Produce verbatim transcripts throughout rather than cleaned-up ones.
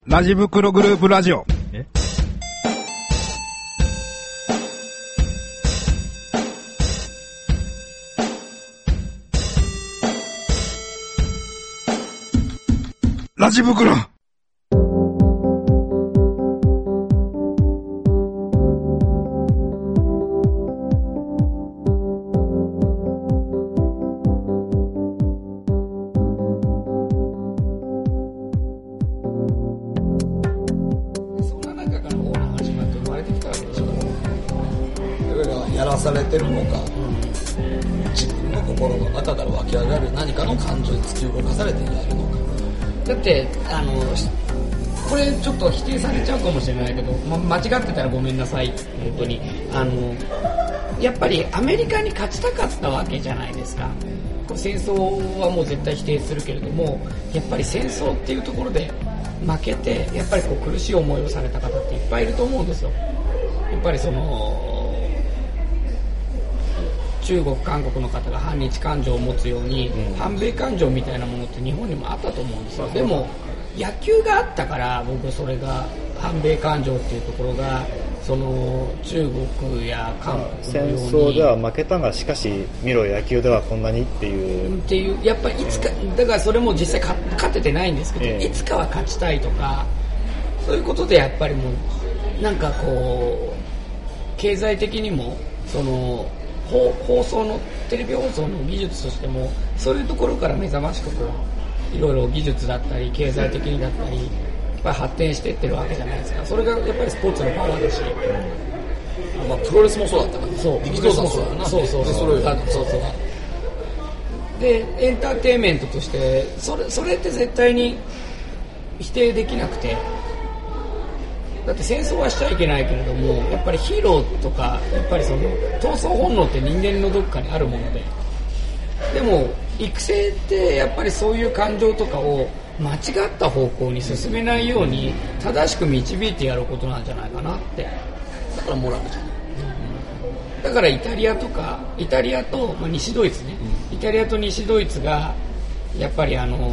ラジ袋グループラジオ。えラジ袋。 されてるのか、うん、自分の心の中から湧き上がる何かの感情に突き動かされてやるのか。 だってあのこれちょっと否定されちゃうかもしれないけど、ま、間違ってたらごめんなさい。本当にあのやっぱりアメリカに勝ちたかったわけじゃないですか。戦争はもう絶対否定するけれども、やっぱり戦争っていうところで負けてやっぱりこう苦しい思いをされた方っていっぱいいると思うんですよ。やっぱりその中国、韓国の方が反日感情を持つように、うん、反米感情みたいなものって日本にもあったと思うんですよ。でも野球があったから僕それが反米感情っていうところがその中国や韓国のように戦争では負けたがしかし見ろ野球ではこんなにっていうっていうやっぱりいつかだからそれも実際勝ててないんですけど、えー、いつかは勝ちたいとかそういうことでやっぱりもうなんかこう経済的にもその放送のテレビ放送の技術としてもそういうところから目覚ましくこういろいろ技術だったり経済的にだったりやっぱり発展していってるわけじゃないですか。それがやっぱりスポーツのパワーだし、 まあ、プロレスもそうだったから、 そう力道山もそうだな。 そうそうそうそうそうそうでエンターテインメントとしてそれそれって絶対に否定できなくて、だって戦争はしちゃいけないけれどもやっぱりヒーローとかやっぱりその闘争本能って人間のどっかにあるもので、でも育成ってやっぱりそういう感情とかを間違った方向に進めないように正しく導いてやることなんじゃないかなって。 だからモラルじゃん、 うん、だからイタリアとかイタリアと、まあ、西ドイツね、うん、イタリアと西ドイツがやっぱりあの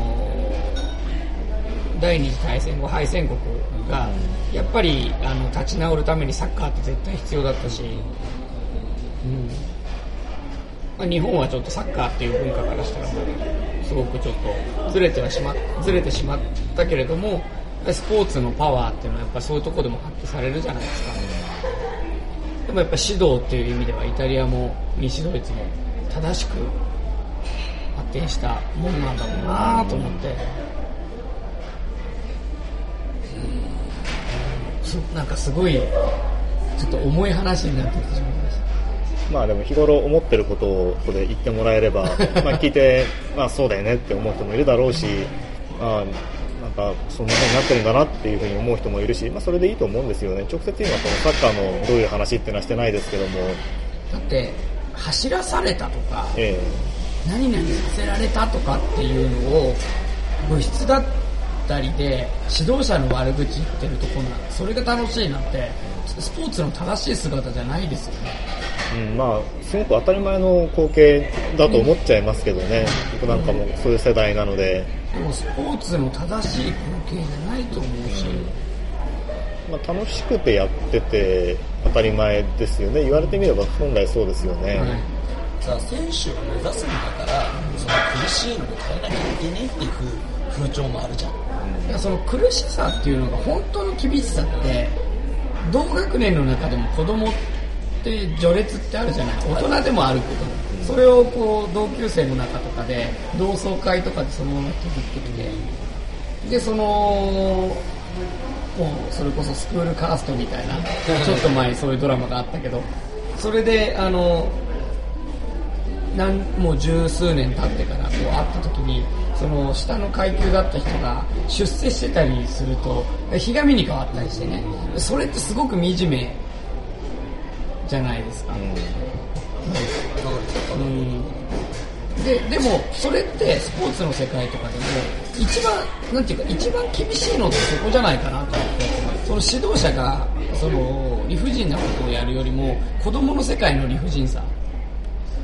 ー、第二次大戦後敗戦国がやっぱりあの立ち直るためにサッカーって絶対必要だったし、うんまあ、日本はちょっとサッカーっていう文化からしたらもうすごくちょっとずれてはしまずれてしまったけれども、スポーツのパワーっていうのはやっぱそういうところでも発揮されるじゃないですか。でもやっぱ指導っていう意味ではイタリアも西ドイツも正しく発展したものなんだろうなと思って、なんかすごいちょっと重い話になってきてしまいました。 まあでも日頃思ってることをここで言ってもらえればまあ聞いてまあそうだよねって思う人もいるだろうし、まあなんかそんな風になってるんだなっていう風に思う人もいるし、まあそれでいいと思うんですよね。直接今このサッカーのどういう話っていうのはしてないですけども、 だって走らされたとか、 ええ、何々させられたとかっていうのを物質だったりで指導者の悪口言ってるところなんそれが楽しいなんてスポーツの正しい姿じゃないですよね。 うん、まあすごく当たり前の光景だと思っちゃいますけどね、うん、僕なんかもそういう世代なので。 でもスポーツの正しい光景じゃないと思うし、 うんまあ、楽しくてやってて当たり前ですよね。言われてみれば本来そうですよね、はい、 さあ選手を目指すんだからその苦しいのを変えなきゃいけねえっていう風潮もあるじゃん、 うん、その苦しさっていうのが本当の厳しさって同学年の中でも子供って序列ってあるじゃない。大人でもあるけど、うん、それをこう同級生の中とかで同窓会とかでそのまま作ってきて、でそのもうそれこそスクールカーストみたいなちょっと前にそういうドラマがあったけど、それであのなんもう十数年経ってからこう会った時にその下の階級だった人が出世してたりするとひがみに変わったりしてね、それってすごく惨めじゃないですか、うんうん、で, でもそれってスポーツの世界とかでも一番なんていうか一番厳しいのってそこじゃないかなと思って、その指導者がその理不尽なことをやるよりも子供の世界の理不尽さ、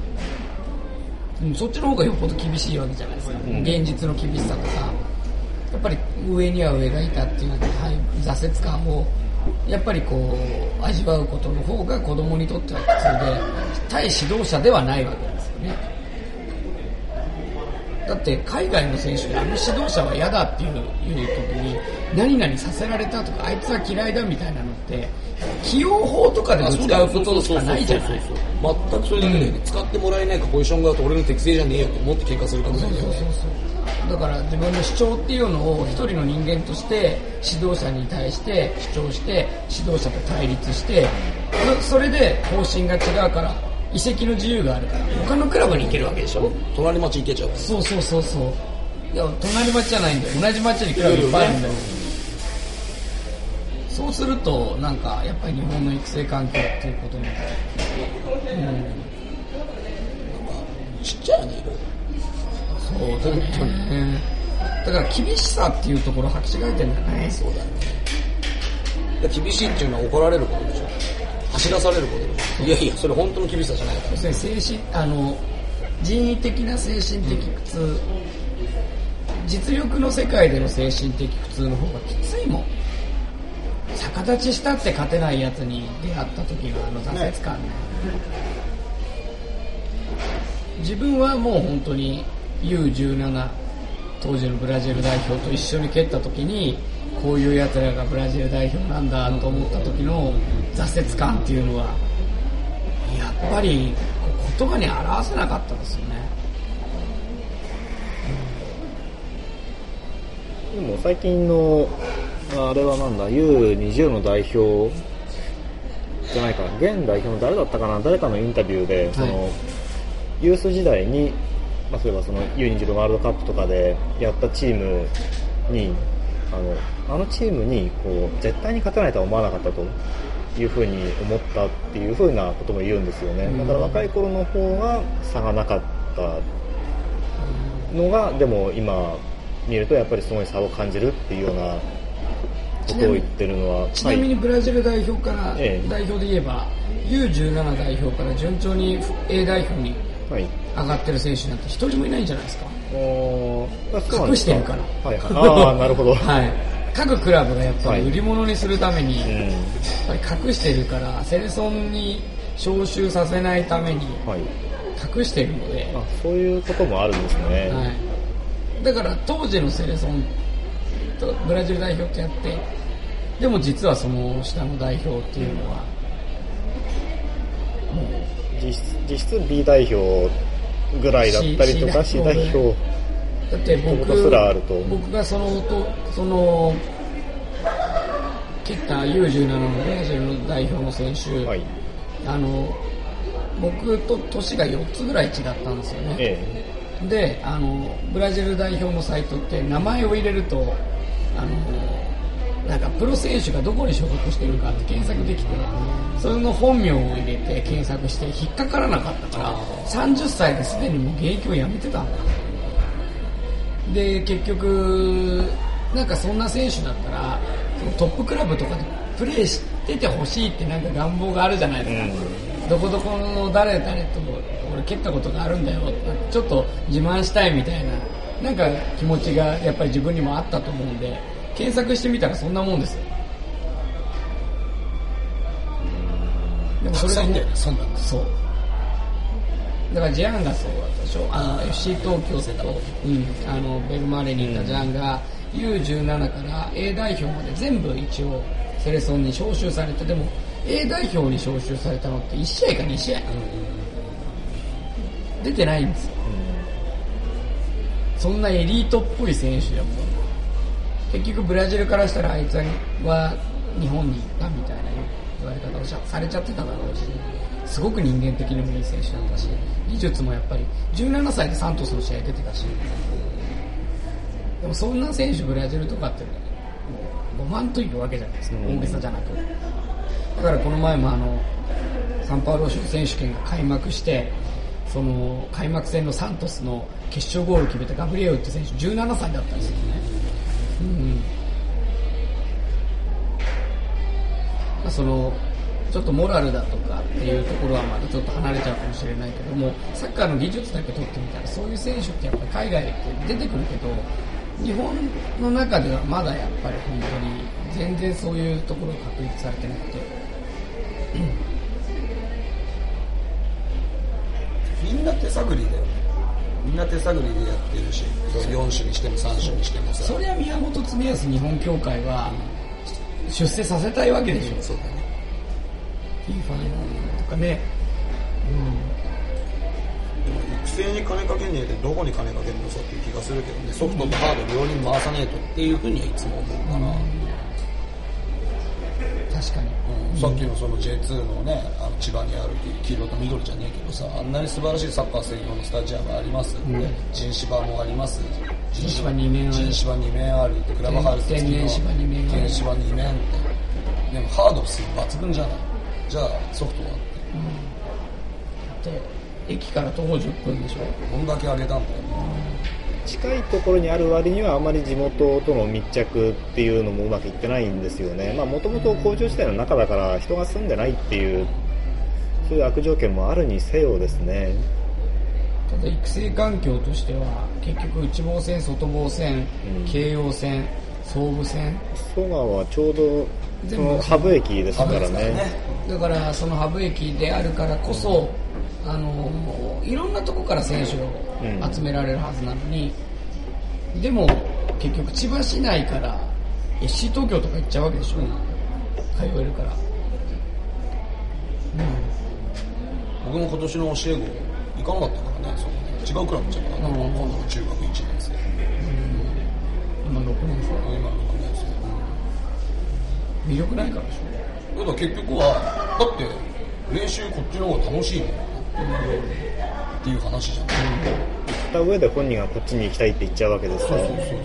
うん、そっちの方がよっぽど厳しいわけじゃないですか、うん、現実の厳しさとかやっぱり上には上がいたっていう、はい、挫折感をやっぱりこう味わうことの方が子供にとっては苦痛で、対指導者ではないわけですよね。だって海外の選手であの指導者は嫌だっていう、いう時に何々させられたとかあいつは嫌いだみたいなのって起用法とかで使うことしかないじゃない。 全くそれだけで、ね、使ってもらえないかポジションがあると俺の適正じゃねえよって思って喧嘩するかもしれない。そうそうそうそう。だから自分の主張っていうのを一人の人間として指導者に対して主張して指導者と対立してそれで方針が違うから移籍の自由があるから他のクラブに行けるわけでしょ。 隣町行けちゃう。 そうそうそうそう。いや隣町じゃないんだよ。同じ町にクラブいっぱいあるんだよ。そうするとなんかやっぱり日本の育成環境っていうことに、うん、なんかちっちゃいよね。 そうだね。だから厳しさっていうところを履き違えてるんだね。 そうだね。厳しいっていうのは怒られることでしょ。走らされることでしょ。いやいやそれ本当の厳しさじゃないから。 精神あの人為的な精神的苦痛、うん、実力の世界での精神的苦痛の方がきついもん。逆立ちしたって勝てないやつに出会った時のあの挫折感ね。自分はもう本当に ユーじゅうなな 当時のブラジル代表と一緒に蹴った時にこういうやつらがブラジル代表なんだと思った時の挫折感っていうのはやっぱり言葉に表せなかったですよね。 でも最近のあれはなんだ ユーにじゅう の代表じゃないか現代表の誰だったかな誰かのインタビューで、はい、そのユース時代に、まあ、例えばその ユーにじゅう のワールドカップとかでやったチームにあの、あのチームにこう絶対に勝てないとは思わなかったというふうに思ったっていうふうなことも言うんですよね。だから若い頃の方が差がなかったのがでも今見るとやっぱりすごい差を感じるっていうようなことを言ってるのはちなみにブラジル代表から、ええ、代表で言えば ユーじゅうなな 代表から順調に A 代表に上がってる選手なんて一人もいないんじゃないですか。隠してるから、 はいはい、ああなるほど、 はい、各クラブがやっぱり売り物にするために、はい、やっぱり隠してるからセレソンに招集させないために隠してるので、 はい、あそういうこともあるんですね、 はい、だから当時のセレソンとブラジル代表ってやってでも実はその下の代表っていうのはもう実質、実質 B 代表ぐらいだったりとか C 代表だって僕すらあると僕がそのその蹴った ユーじゅうなな のブラジルの代表の選手、はい、あの僕と年がよっつぐらい違ったんですよね、ええ、であのブラジル代表のサイトって名前を入れるとあのなんかプロ選手がどこに所属しているかって検索できてそれの本名を入れて検索して引っかからなかったからさんじゅっさいですでにもう現役を辞めてたんだ。で結局なんかそんな選手だったらトップクラブとかでプレーしててほしいってなんか願望があるじゃないですか、うん、どこどこの誰々と俺蹴ったことがあるんだよちょっと自慢したいみたいななんか気持ちがやっぱり自分にもあったと思うんで検索してみたらそんなもんですよ。でもそれがね、そうなんです。そう。だからジャンがそうだったでしょ。あの エフシー 東京と、うん、あのベルマーレにいたジャンが ユーじゅうなな から A 代表まで全部一応セレソンに招集されてでも A 代表に招集されたのっていち試合かに試合、出てないんですよ。そんなエリートっぽい選手でも結局ブラジルからしたらあいつは日本に行ったみたいな言われ方をされちゃってただろうしすごく人間的にもいい選手だったし技術もやっぱりじゅうななさいでサントスの試合出てたしでもそんな選手ブラジルとかってごまんといるわけじゃないですか大げさじゃなくだからこの前もあのサンパウロ州選手権が開幕してその開幕戦のサントスの決勝ゴールを決めたガブリエウって選手じゅうななさいだったんですよね。うんまあ、そのちょっとモラルだとかっていうところはまたちょっと離れちゃうかもしれないけどもサッカーの技術だけ取ってみたらそういう選手ってやっぱり海外で出てくるけど日本の中ではまだやっぱり本当に全然そういうところが確立されてなくて、 うん、みんな手探りだよね。みんな手探りでやってるし、よん種にしてもさん種にしてもさ。 そりゃ宮本恒康日本協会は出世させたいわけでしょ。 そうだね。 フィーファーとかね。 うん。育成に金かけねえでどこに金かけるのさっていう気がするけどね。ソフトとハード両輪回さねえとっていうふうにはいつも思うから。うん確かに、 うん、さっきのその ジェイツー のね、あの千葉にある黄色と緑じゃねえけどさ、あんなに素晴らしいサッカー専用のスタジアムありますって、うん、陣芝もあります。 陣芝にめんある。 陣芝にめんあるって、クラブハウス付きの天然芝にめんある。 天然芝にめんって。でもハードはすごい抜群じゃない。じゃあソフトはって。 うん、で、駅から徒歩じゅっぷんでしょ。 こんだけ上げたんだよね。 近いところにある割にはあまり地元との密着っていうのもうまくいってないんですよね。まあもともと工場地帯の中だから人が住んでないっていうそういう悪条件もあるにせよですね。 ただ育成環境としては結局内房線、外房線、うん、京葉線、総武線、 蘇我はちょうどそのハブ駅ですからね。 だからそのハブ駅であるからこそ、うん、あのいろんなとこから選手を集められるはずなのに、うん、でも結局千葉市内から エフシー 東京とか行っちゃうわけでしょ、うん、通えるから、 うん、僕も今年の教え子行かなかったからね、そのね違うクラブじゃなかった、うん、今度の中学いちねん生、うん、 今ろくねん生、 今ろくねん生、 うん、魅力ないからでしょ。だから結局はだって練習こっちの方が楽しいもん、うん、っていう話じゃん。行った上で本人がこっちに行きたいって言っちゃうわけですから。そうそうそうそう、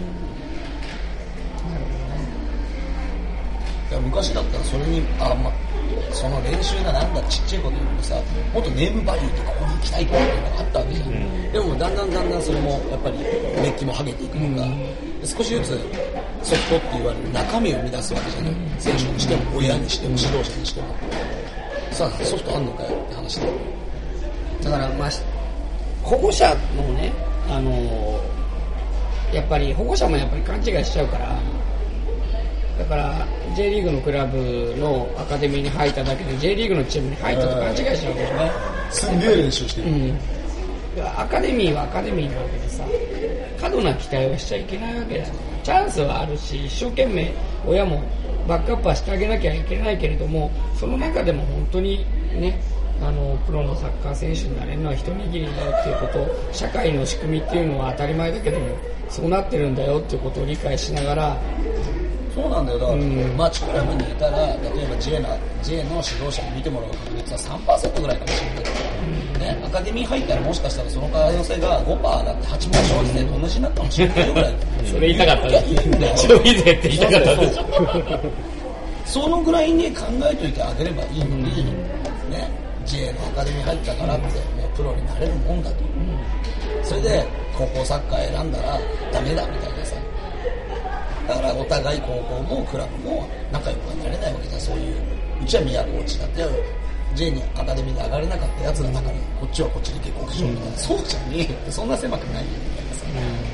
うん、昔だったらそれにあ、ま、その練習がなんだちっちゃいこと言うとさ、もっとネームバリューでここに行きたいとかっていうのがあったわけじゃん、うん、でもだんだんだんだんそれもやっぱり熱気も剥げていくのが、うん、少しずつソフトって言われる中身を生み出すわけじゃない、うん、選手にしても親にしても指導者にしても、さあソフトあんのかよって話だよ。 だからまあ保護者のね、あのー、やっぱり保護者もやっぱり勘違いしちゃうから、だから J リーグのクラブのアカデミーに入っただけで J リーグのチームに入ったと勘違いしちゃうわけですね。 すんげえ練習してる、うん、 アカデミーはアカデミーなわけでさ、過度な期待はしちゃいけないわけだよ。チャンスはあるし一生懸命親もバックアップはしてあげなきゃいけないけれども、その中でも本当にね、あのプロのサッカー選手になれるのは一握りだよっていうこと、社会の仕組みっていうのは当たり前だけどもそうなってるんだよっていうことを理解しながら。 そうなんだよ。だから、うん、マッチクラブにいたら例えば J の、J の指導者に見てもらう確率は さんパーセント ぐらいかもしれないけど、うんね、アカデミー入ったらもしかしたらその可能性が ごパーセント だってはち問消費税と同じになったかもしれないぐらいそれ言いたかったです消費税って言いたかったでしょそのぐらいに考えといてあげればいいのに、うんね、J のアカデミー入ったからってもうプロになれるもんだと、うん、それで高校サッカー選んだらダメだみたいなさ、だからお互い高校もクラブも仲良くはなれないわけじゃん。そういううちは宮コーチだって J にアカデミーに上がれなかったやつが中にこっちはこっちで結婚しようみたいな、うん、そうじゃねえよってそんな狭くないよみたいなさ、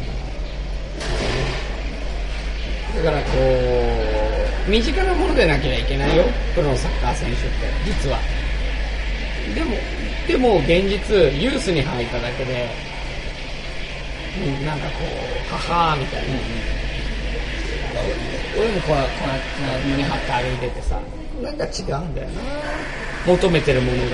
うん、だからこう身近なものでなければいけないよプロのサッカー選手って実は。でもでも現実ユースに入っただけで、うん、なんかこうははーみたいな、うん俺もこうやって胸張って歩いててさ、なんか違うんだよな求めてるものが、うん、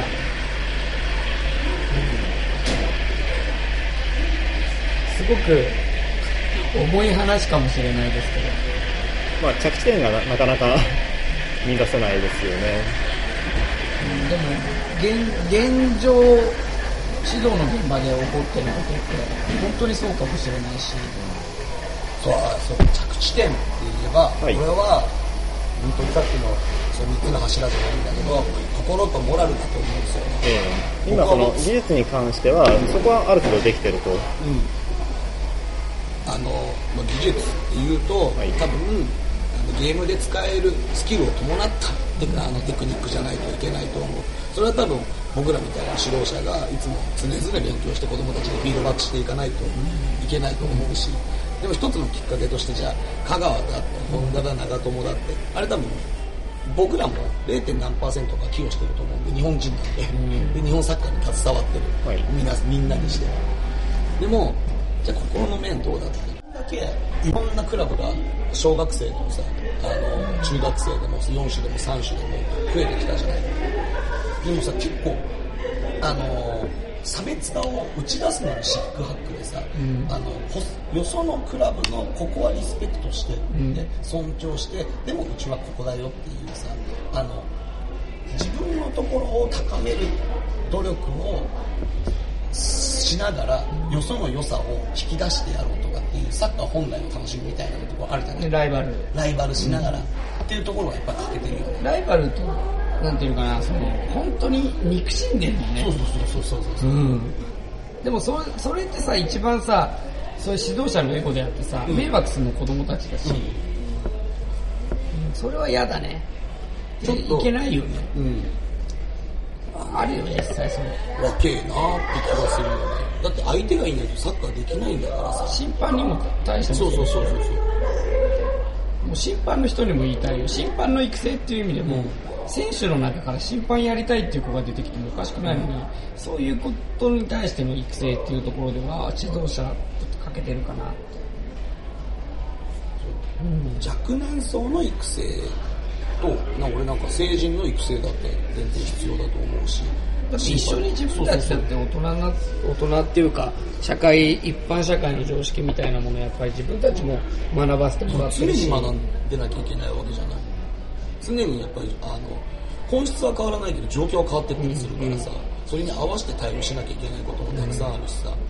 すごく重い話かもしれないですけど、まあ着地点が な, なかなか見出せないですよね、 うん、でも 現, 現状指導の現場で起こってることって本当にそうかもしれないし、 そうそう着地点って言えば、はい、これは本当にさっきのそのみっつの柱じゃないんだけど心とモラルだと思うんですよね、 えー、今この技術に関してはそこはある程度できてると、うん、 あの技術っていうと、はい、多分ゲームで使えるスキルを伴ったテク、あのテクニックじゃないといけないと思う。それは多分僕らみたいな指導者がいつも常々勉強して子どもたちにフィードバックしていかないといけないと思うし、 でも一つのきっかけとしてじゃあ香川だって本田だ長友だってあれ多分僕らも ゼロ. 何パーセントか寄与してると思うんで日本人なんで、うん、で日本サッカーに携わってる、はい、みんなみんなにしてでもじゃあ心の面どうだってだけいろんなクラブが小学生でもさあの中学生でもよん種でもさん種でも増えてきたじゃないでもさ結構あの差別化を打ち出すのにシックハックでさ、うん、あのよそのクラブのここはリスペクトして、うん、で尊重してでもうちはここだよっていうさあの自分のところを高める努力をしながらよその良さを引き出してやろうとかっていうサッカー本来の楽しみみたいなところあるじゃないライバルライバルしながら、うん、っていうところはやっぱり欠けてるよねライバルとなんていうかなその本当に憎しんでるんだよねそうそうそうそうそうそう、うん、 でも そ, それってさ一番さそういう指導者のエゴであってさ、うん、迷惑するの子供たちだし、うんうん、それは嫌だねちょっといけないよね、うん、あるよね実際それわけえなーって気がするよねだって相手がいないとサッカーできないんだからさ審判にも対してもそうそうそうそうそうもう審判の人にも言いたいよ審判の育成っていう意味でも、うん選手の中から審判やりたいっていう子が出てきてもおかしくないのに、うん、そういうことに対しての育成っていうところでは指導者ちょっと欠けてるかな、 うん、若年層の育成とな俺なんか成人の育成だって全然必要だと思うしだって一緒に自分たちだって大人な大人っていうか社会一般社会の常識みたいなものをやっぱり自分たちも学ばせてもらってるし常に学んでなきゃいけないわけじゃない常にやっぱりあの本質は変わらないけど状況は変わってったりするからさ、うんうん、それに合わせて対応しなきゃいけないこともたくさんあるしさ、うん、あ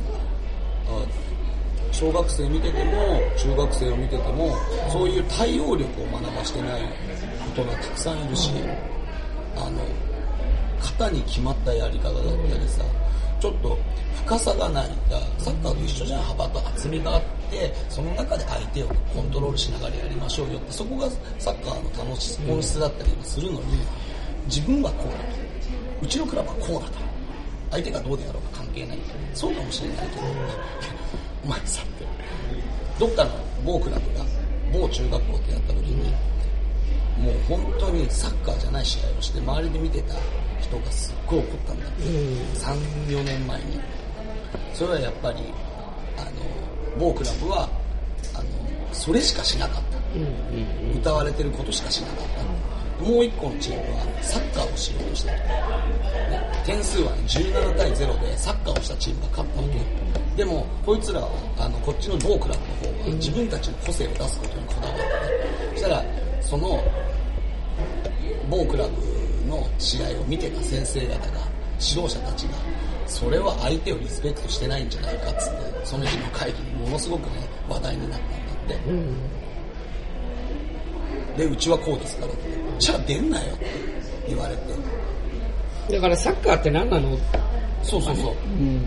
小学生見てても中学生を見ててもそういう対応力を学ばしてない大人たくさんいるし、うん、あの型に決まったやり方だったりさちょっと深さがないサッカーと一緒じゃん幅と厚みがあってその中で相手をコントロールしながらやりましょうよってそこがサッカーの楽し本質だったりするのに自分はこうだとうちのクラブはこうだと相手がどうでやろうか関係ないそうかもしれないけどお前さってどっかの某クラブが某中学校ってやった時にもう本当にサッカーじゃない試合をして周りで見てた人がすっごい怒ったんだって、うん、さん、よねんまえにそれはやっぱりあの某クラブはあのそれしかしなかった、うんうんうん、歌われてることしかしなかった、うん、もう一個のチームはサッカーをしようとしたと、ね、点数は、ね、じゅうななたいゼロでサッカーをしたチームが勝ったわけ、うん、でもこいつらはあのこっちの某クラブの方は自分たちの個性を出すことにこだわって、うん、そしたらその某クラブの試合を見てた先生方が指導者たちがそれは相手をリスペクトしてないんじゃないかっつってその日の会議にものすごくね話題になったんだって、うん、でうちはこうですからってじゃあ出んなよって言われてだからサッカーって何なのそうそうそう、うん、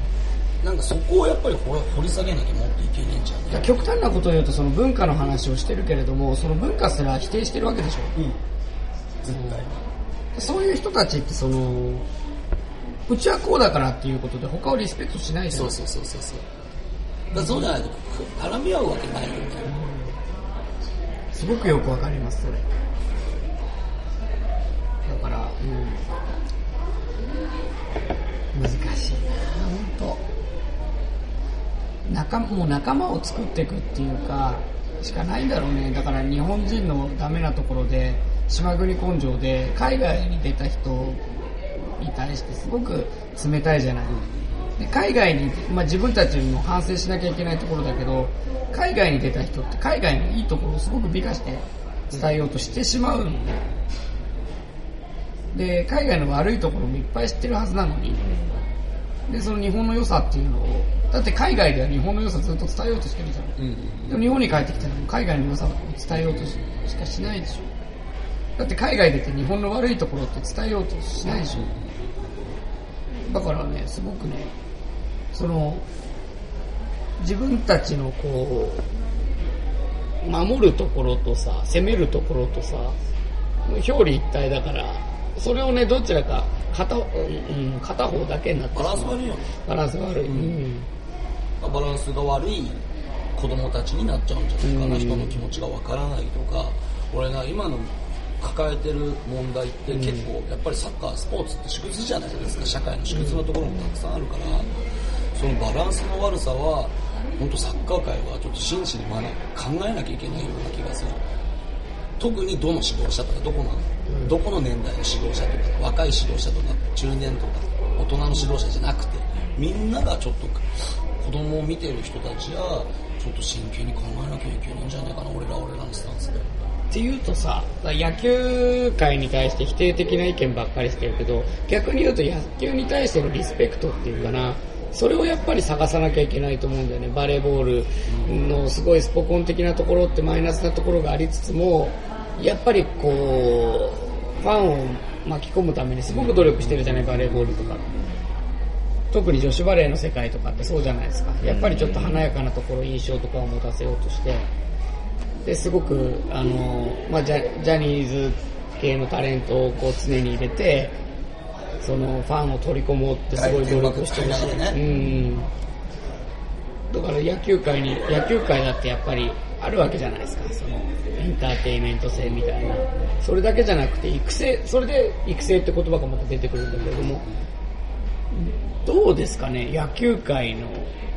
なんかそこをやっぱり掘り下げなきゃもっといけねえんじゃんね極端なことを言うとその文化の話をしてるけれどもその文化すら否定してるわけでしょ、うん、 絶対にそういう人たちってそのうちはこうだからっていうことで他をリスペクトしないじゃんそうそうそうそうだからそうじゃないと絡み合うわけないよね、 うん、すごくよくわかりますそれだから、うん、難しいな本当仲もう仲間を作っていくっていうかしかないんだろうねだから日本人のダメなところで島国根性で海外に出た人に対してすごく冷たいじゃないで海外に、まあ、自分たちも反省しなきゃいけないところだけど海外に出た人って海外のいいところをすごく美化して伝えようとしてしまうので海外の悪いところもいっぱい知ってるはずなのにでその日本の良さっていうのをだって海外では日本の良さずっと伝えようとしてるじゃん、うん、でも日本に帰ってきたら海外の良さを伝えようと し, しかしないでしょだって海外出て日本の悪いところって伝えようとしないでしょだからねすごくねその自分たちのこう守るところとさ攻めるところとさ表裏一体だからそれをねどちらか 片,、うん、片方だけになってバランス悪いよねバランス悪い、 うんうん、バランスが悪い子供たちになっちゃうんじゃないかな、人の気持ちがわからないとか。俺が今の抱えてる問題って結構やっぱりサッカースポーツって縮図じゃないですか。社会の縮図のところもたくさんあるから、そのバランスの悪さは本当サッカー界はちょっと真摯にまだ考えなきゃいけないような気がする。特にどの指導者とかどこのどこの年代の指導者とか若い指導者とか中年とか大人の指導者じゃなくて、みんながちょっと子供を見てる人たちはちょっと真剣に考えなきゃいけないんじゃないかな、俺ら俺らのスタンスで。 っていうとさ、野球界に対して否定的な意見ばっかりしてるけど、逆に言うと野球に対してのリスペクトっていうかな、それをやっぱり探さなきゃいけないと思うんだよね。バレーボールのすごいスポコン的なところってマイナスなところがありつつも、やっぱりこうファンを巻き込むためにすごく努力してるじゃない、バレーボールとか。特に女子バレーの世界とかってそうじゃないですか。やっぱりちょっと華やかなところ、印象とかを持たせようとして、ですごくあの、まあ、ジャ、ジャニーズ系のタレントをこう常に入れて、そのファンを取り込もうってすごい努力してるし、ね、うん、だから野球界に野球界だってやっぱりあるわけじゃないですか、そのエンターテインメント性みたいな。それだけじゃなくて育成、それで育成って言葉がまた出てくるんだけれども、どうですかね、野球界の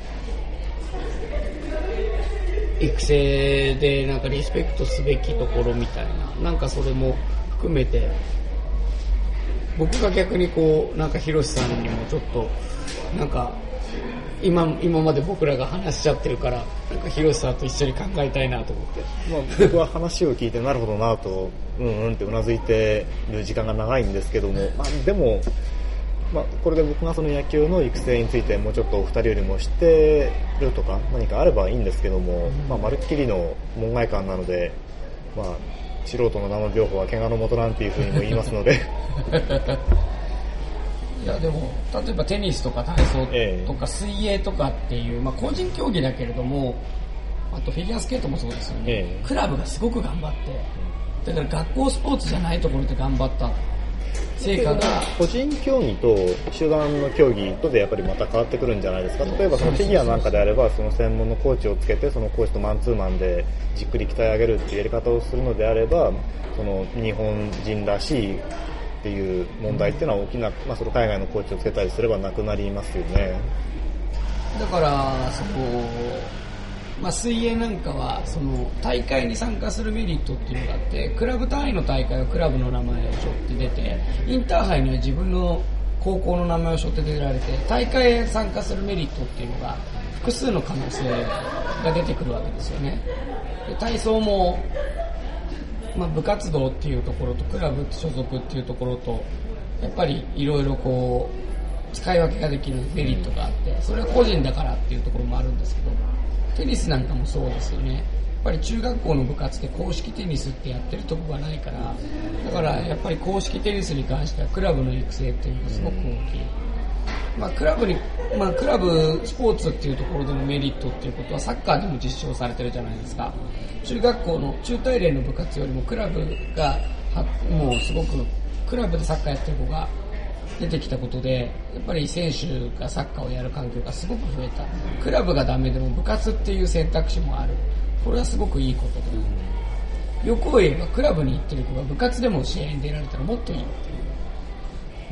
育成でなんかリスペクトすべきところみたいな、なんかそれも含めて、僕が逆にこうなんかヒロシさんにもちょっとなんか今今まで僕らが話しちゃってるから、なんかヒロシさんと一緒に考えたいなと思って、 まあ、僕は話を聞いてなるほどなとうんうんってうなずいてる時間が長いんですけども、まあ、でもまあ、これで僕がその野球の育成についてもうちょっとお二人よりも知ってるとか何かあればいいんですけども、まあ、まるっきりの門外漢なので、まあ、素人の生病法は怪我のもとなんていうふうにも言いますのでいやでも例えばテニスとか体操とか水泳とかっていう、まあ、個人競技だけれども、あとフィギュアスケートもそうですよね、ええ、クラブがすごく頑張って、だから学校スポーツじゃないところで頑張った成果が個人競技と集団の競技とでやっぱりまた変わってくるんじゃないですか。例えばそのフィギュアなんかであればその専門のコーチをつけてそのコーチとマンツーマンでじっくり鍛え上げるっていうやり方をするのであれば、その日本人らしいっていう問題っていうのは大きな、まあ、その海外のコーチをつけたりすればなくなりますよね。 だからそこまあ、水泳なんかはその大会に参加するメリットっていうのがあって、クラブ単位の大会はクラブの名前を背負って出て、インターハイには自分の高校の名前を背負って出られて、大会へ参加するメリットっていうのが複数の可能性が出てくるわけですよね。で体操も、まあ、部活動っていうところとクラブ所属っていうところとやっぱりいろいろこう使い分けができるメリットがあって、それは個人だからっていうところもあるんですけど、テニスなんかもそうですよね。やっぱり中学校の部活で公式テニスってやってるとこがないから、だからやっぱり公式テニスに関してはクラブの育成っていうのがすごく大きい。まあクラブに、まあクラブスポーツっていうところでのメリットっていうことはサッカーでも実証されてるじゃないですか。中学校の中大連の部活よりもクラブがもうすごくクラブでサッカーやってる子が出てきたことで、やっぱり選手がサッカーをやる環境がすごく増えた。クラブがダメでも部活っていう選択肢もある。これはすごくいいことで、欲を言えばクラブに行ってる子が部活でも試合に出られたらもっといいっていう、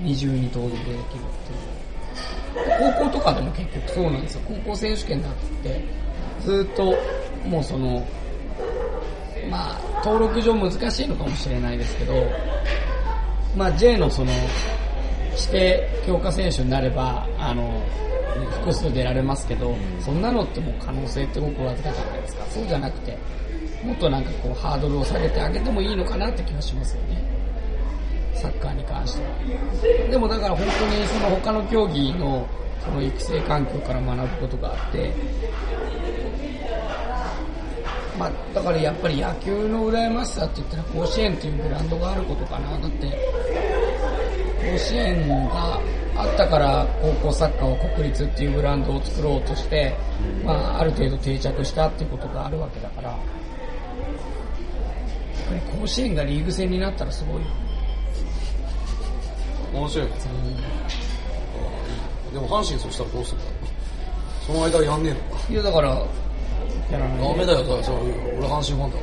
二重に登録できるっていう。高校とかでも結局そうなんですよ。高校選手権だってずっともうそのまあ登録上難しいのかもしれないですけど、まあ J のその指定強化選手になればあの複数出られますけど、そんなのってもう可能性って僕わずかじゃないですか。そうじゃなくてもっとなんかこうハードルを下げてあげてもいいのかなって気がしますよね、サッカーに関しては。でもだから本当にその他の競技のその育成環境から学ぶことがあって、まあだからやっぱり野球の羨ましさって言ったら甲子園っていうブランドがあることかな。だって甲子園があったから高校サッカーは国立っていうブランドを作ろうとして、まあ、ある程度定着したっていうことがあるわけだから、やっぱり甲子園がリーグ戦になったらすごいよ。 面白いですね。でも阪神そしたらどうするんだろう。その間やんねえのか。 いやだからやらないダメだよ、だからそう俺阪神ファンだから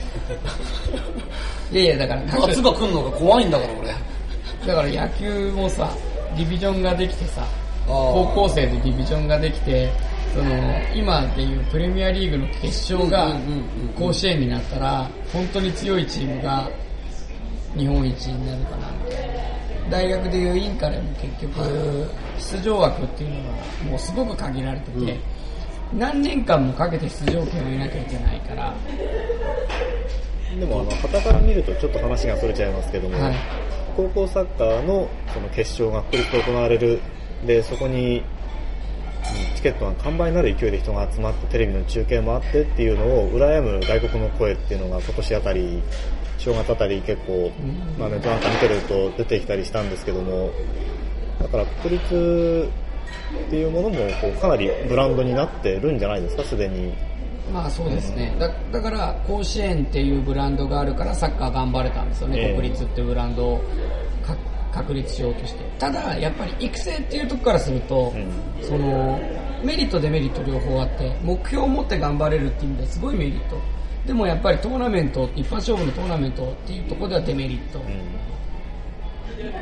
いやいやだから夏が来るのが怖いんだから俺だから野球もさディビジョンができてさ高校生でディビジョンができてその今でいうプレミアリーグの決勝が甲子園になったら本当に強いチームが日本一になるかなみたいな。大学でいうインカレも結局出場枠っていうのはもうすごく限られてて、うん、何年間もかけて出場権を得なきゃいけないから。 でもあの傍から見るとちょっと話がそれちゃいますけども、はい、高校サッカーのその決勝が国立で行われるでそこにチケットが完売になる勢いで人が集まってテレビの中継もあってっていうのを羨む外国の声っていうのが今年あたり正月あたり結構、まあね、なんか見てると出てきたりしたんですけども、だから国立っていうものもこうかなりブランドになってるんじゃないですかすでに。 まあそうですね。だ, だから甲子園っていうブランドがあるからサッカー頑張れたんですよね、えー、国立っていうブランドを確立しようとして。ただやっぱり育成っていうところからすると、うん、そのメリットデメリット両方あって目標を持って頑張れるっていう意味ではすごいメリットでもやっぱりトーナメント一般勝負のトーナメントっていうところではデメリット、うん、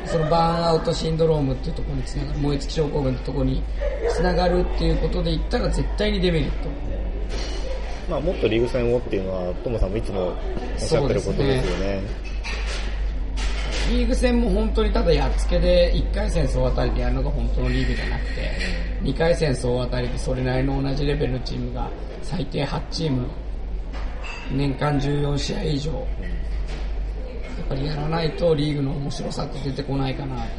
そのバーンアウトシンドロームっていうところにつながる燃え尽き症候群っていうところにつながるっていうことで言ったら絶対にデメリット。 まあ、もっとリーグ戦をっていうのはトモさんもいつもおっしゃってることですよね。 リーグ戦も本当にただやっつけでいっかい戦総当たりでやるのが本当のリーグじゃなくてにかい戦総当たりでそれなりの同じレベルのチームが最低はちチーム年間じゅうよんしあい以上やっぱりやらないとリーグの面白さって出てこないかなと思って、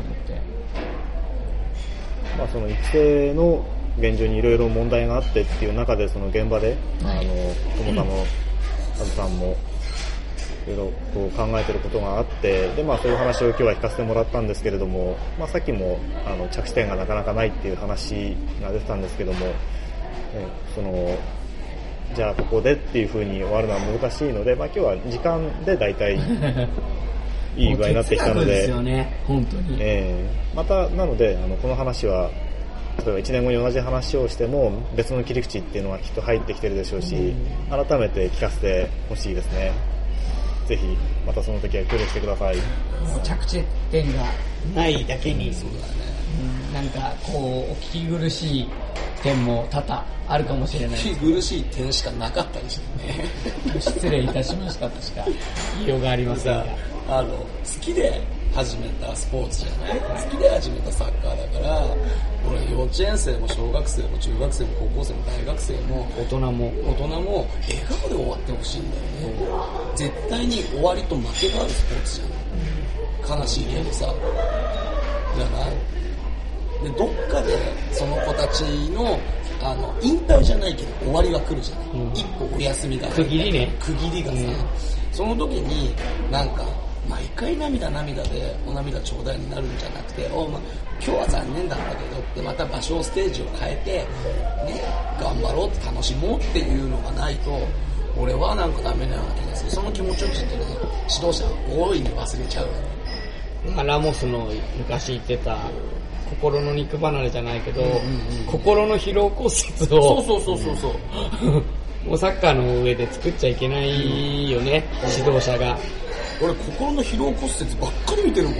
まあ、その育成の現状にいろいろ問題があってっていう中でその現場で、はい、あの友田もカズさんもいろいろこう考えてることがあってで、まあ、そういう話を今日は聞かせてもらったんですけれども、まあ、さっきもあの着地点がなかなかないっていう話が出てたんですけども、ね、そのじゃあここでっていう風に終わるのは難しいので、まあ、今日は時間で大体いい具合になってきたのでですよね、本当に、 えー、またなのであのこの話は例えばいちねんごに同じ話をしても別の切り口っていうのはきっと入ってきてるでしょうし、改めて聞かせてほしいですね。ぜひまたその時は協力してください。 着地点がないだけに、そうだね、うん、なんかこうお聞き苦しい点も多々あるかもしれない。 お聞き苦しい点しかなかったですよね。 失礼いたしましたとしか言いようがありませんが、 あの好きで始めたスポーツじゃない、好きで始めたサッカーだから俺幼稚園生も小学生も中学生も高校生も大学生も大人も大人も笑顔で終わってほしいんだよね、うん、絶対に終わりと負けがあるスポーツじゃん、悲しいけどさじゃないでどっかでその子たちのあの引退じゃないけど終わりが来るじゃない、うん、一歩お休みが区切りね区切りがさ、うん、その時になんか毎回涙涙でお涙ちょうだいになるんじゃなくてお、ま、今日は残念だったけどってまた場所ステージを変えて、ね、頑張ろうって楽しもうっていうのがないと俺はなんかダメなような気がする。その気持ちをちょっとね指導者は大いに忘れちゃうよね。 ラモスの昔言ってた心の肉離れじゃないけど、うんうんうん、心の疲労骨折をそうそうそうそうそうもうサッカーの上で作っちゃいけないよね、うん、指導者が。 俺心の疲労骨折ばっかり見てるもん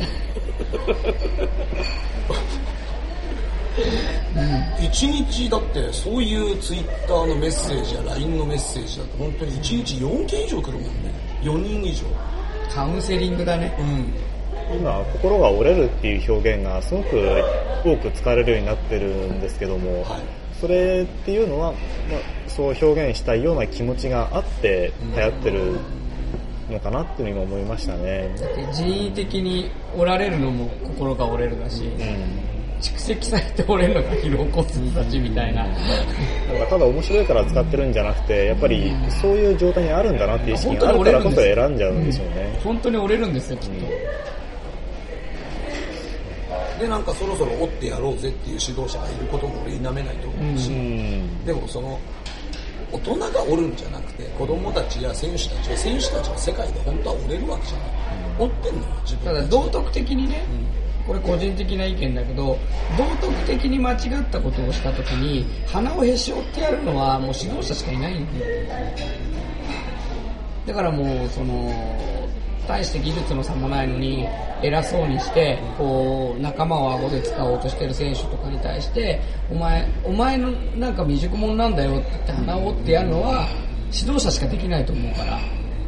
一日だってそういうツイッターのメッセージや ライン のメッセージだと本当にいちにちよんけん以上来るもんね。よにん以上カウンセリングだね、 うん、今心が折れるっていう表現がすごく多く使われるようになってるんですけども、はい、それっていうのは、まあ、そう表現したいような気持ちがあって流行ってるのかなっていうのを今思いましたね。 だって人為的に折られるのも心が折れるだし、うん、蓄積されて折れるのが疲労骨折だしみたいな、うん、 なんかただ面白いから使ってるんじゃなくてやっぱりそういう状態にあるんだなっていう意識があるからこそ選んじゃうんでしょうね、 うん、本当に折れるんですよきっと、 うん、でなんかそろそろ折ってやろうぜっていう指導者がいることも俺否めないと思うし、うん、でもその大人が折るんじゃなくて子供たちや選手たちは選手たちの世界で本当は折れるわけじゃない、うん、折ってんのよ自分たち。 ただ道徳的にね、 これ個人的な意見だけど、道徳的に間違ったことをしたときに鼻をへし折ってやるのはもう指導者しかいないんで、だからもうその大して技術の差もないのに偉そうにしてこう仲間を顎で使おうとしてる選手とかに対して、お前お前のなんか未熟者なんだよって言って鼻を折ってやるのは指導者しかできないと思うから。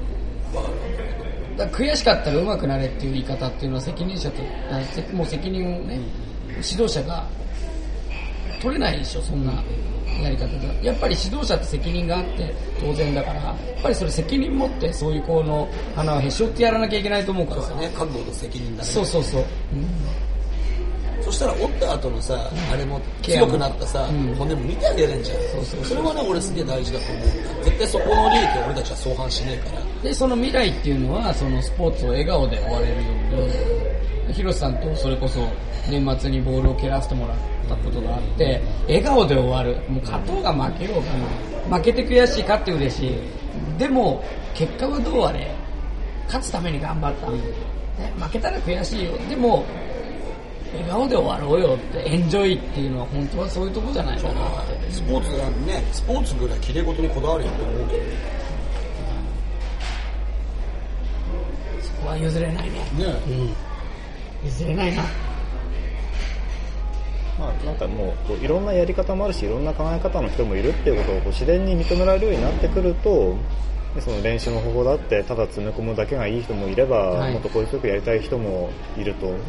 だから悔しかったら上手くなれっていう言い方っていうのは責任者ともう責任をね、指導者が取れないでしょ、そんなやり方で。やっぱり指導者って責任があって当然だから、やっぱりそれ責任持ってそういう子の鼻をへし折ってやらなきゃいけないと思うからさ。 そうですね、覚悟と責任だね。 そうそうそう、うん、 そしたら折った後のさ、うん、あれも強くなったさ、うん、骨も見てあげれんじゃん。そうそうそう、それはね俺すげえ大事だと思う。絶対そこの利益を俺たちは相反しねえから。 でその未来っていうのはそのスポーツを笑顔で終われるように、広瀬さんとそれこそ年末にボールを蹴らせてもらったことがあって、笑顔で終わる。もう勝とうが負けようが、負けて悔しい勝って嬉しい、でも結果はどうあれ勝つために頑張った、ね、負けたら悔しいよ、でも笑顔で終わろうよって、エンジョイっていうのは本当はそういうとこじゃないかなって。 スポーツがね、スポーツぐらい綺麗事にこだわるよと思うけど、 そこは譲れないね。ね、うん、譲れないな。 まあ、なんかもうこういろんなやり方もあるし、いろんな考え方の人もいるっていうことをこう自然に認められるようになってくると、その練習の方法だってただ詰め込むだけがいい人もいれば、はい、もっと効率よくやりたい人もいると、はい、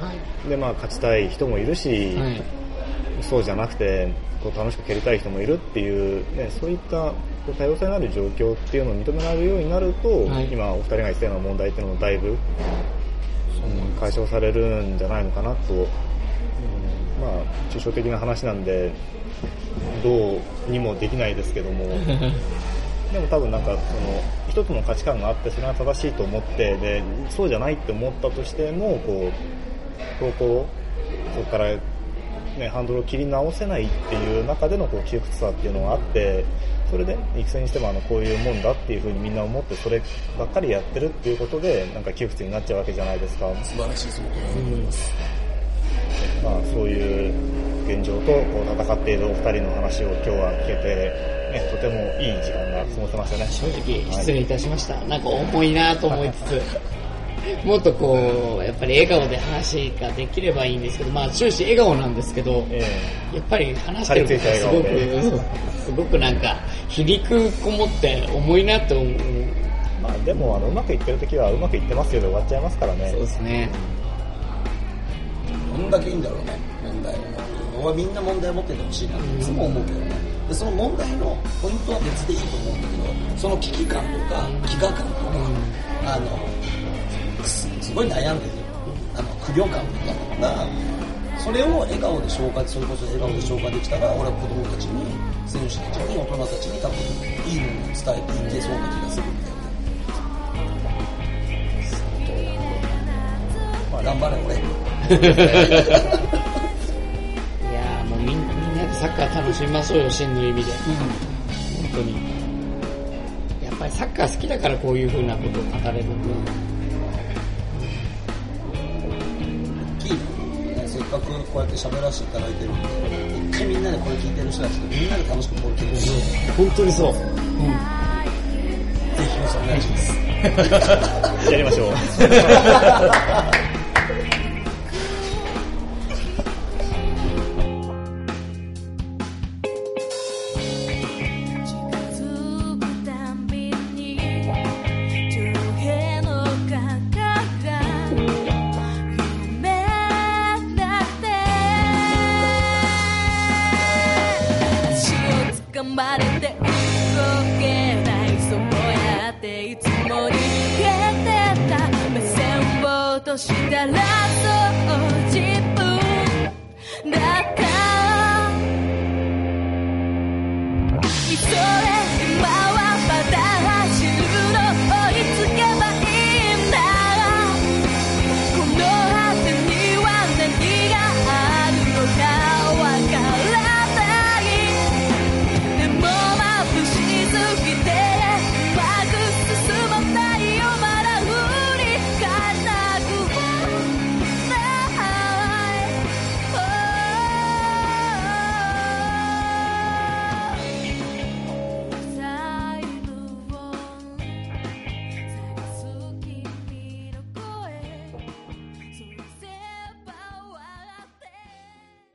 でまあ勝ちたい人もいるし、はい、そうじゃなくてこう楽しく蹴りたい人もいるっていう、ね、そういった多様性のある状況っていうのを認められるようになると、はい、今お二人が言ってたような問題っていうのもだいぶ、うん、解消されるんじゃないのかなと、うん、まあ抽象的な話なんでどうにもできないですけどもでも多分なんかその一つの価値観があってそれが正しいと思ってでそうじゃないって思ったとしてもこう投稿そこから、ね、ハンドルを切り直せないっていう中でのこう窮屈さっていうのがあってそれで育成にしてもあのこういうもんだっていう風にみんな思ってそればっかりやってるっていうことでなんか窮屈になっちゃうわけじゃないですか。 素晴らしいそうだと思います、 うんまあ、そういう現状とこう戦っているお二人の話を今日は聞けてね、とてもいい時間が過ごせましたね。 正直失礼いたしました、はい、なんか重いなと思いつつもっとこうやっぱり笑顔で話ができればいいんですけど、まあ終始笑顔なんですけど、えー、やっぱり話してることがすごくすごくなんか皮肉こもって重いなと思う。 まあでもあのうまくいってる時はうまくいってますけど終わっちゃいますからね。 そうですね。 どんだけいいんだろうね問題を。俺はみんな問題を持っててほしいなっていつも思うけどね。でその問題のポイントは別でいいと思うんだけど、その危機感とか飢餓感とか、うん、あの す, すごい悩んでるあの不良感とかがそれを笑顔で消化それこそ笑顔で消化できたら俺は子供たちに選手たちに大人たちに多分いいものを伝えていけそうな気がするんだよね。まあ頑張れ俺サッカー楽しみましょうよ、真の意味で、うん、本当にやっぱりサッカー好きだからこういう風なことを語れるんで、 大きいね、せっかくこうやって喋らせていただいてるんで一回みんなでこれ聞いてる人たちとみんなで楽しくボール蹴るし本当にそう、うん、ぜひお願いしますやりましょうしたら